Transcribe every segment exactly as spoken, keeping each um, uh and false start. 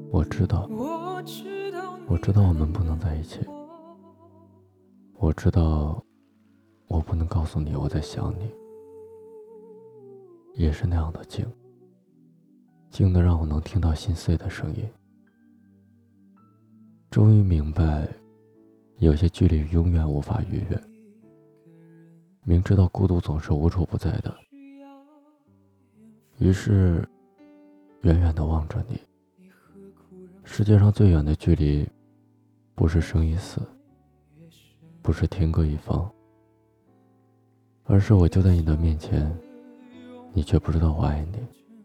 我知道，我知道我们不能在一起，我知道我不能告诉你我在想你，也是那样的静，静得让我能听到心碎的声音。终于明白，有些距离永远无法逾越。明知道孤独总是无处不在的，于是远远地望着你。世界上最远的距离，不是生与死，不是天各一方，而是我就在你的面前，你却不知道我爱你。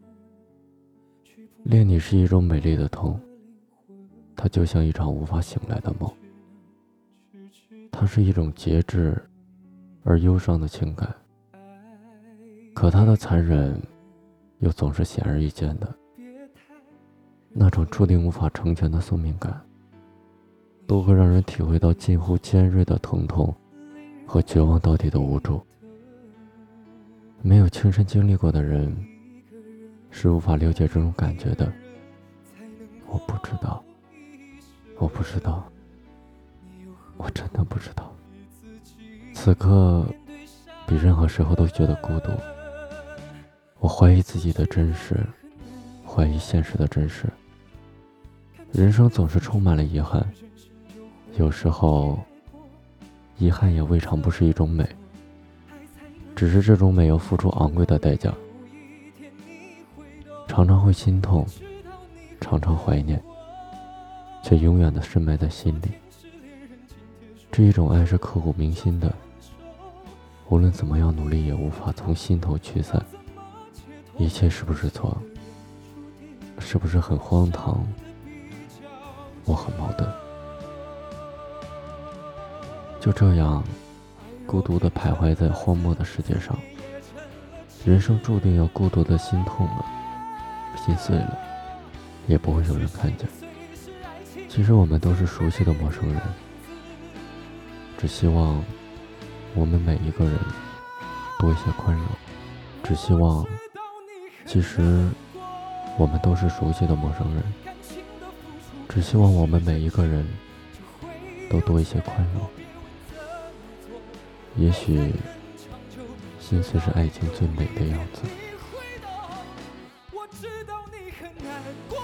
恋你是一种美丽的痛，它就像一场无法醒来的梦，它是一种节制而忧伤的情感，可它的残忍又总是显而易见的。那种注定无法成全的宿命感，都会让人体会到近乎尖锐的疼痛和绝望到底的无助。没有亲身经历过的人是无法了解这种感觉的。我不知道，我不知道，我真的不知道。此刻比任何时候都觉得孤独，我怀疑自己的真实，怀疑现实的真实。人生总是充满了遗憾，有时候遗憾也未尝不是一种美，只是这种美要付出昂贵的代价，常常会心痛，常常怀念，却永远的深埋在心里。这一种爱是刻骨铭心的，无论怎么样努力也无法从心头驱散。一切是不是错？是不是很荒唐？我很矛盾。就这样孤独地徘徊在荒漠的世界上，人生注定要孤独的心痛了，心碎了，也不会有人看见。其实我们都是熟悉的陌生人，只希望我们每一个人多一些宽容，只希望其实我们都是熟悉的陌生人，只希望我们每一个人都多一些宽容。也许心碎是爱情最美的样子。 我知道你很难过，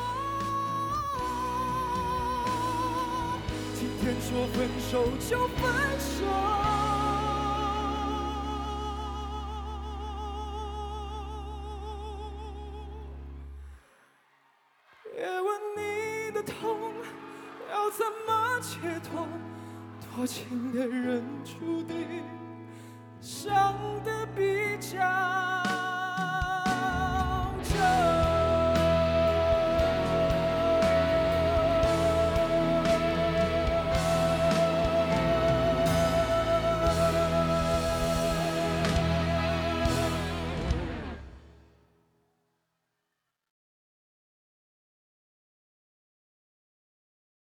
今天说分手就分手，别问你的痛要怎么解脱，多情的人注定伤得比较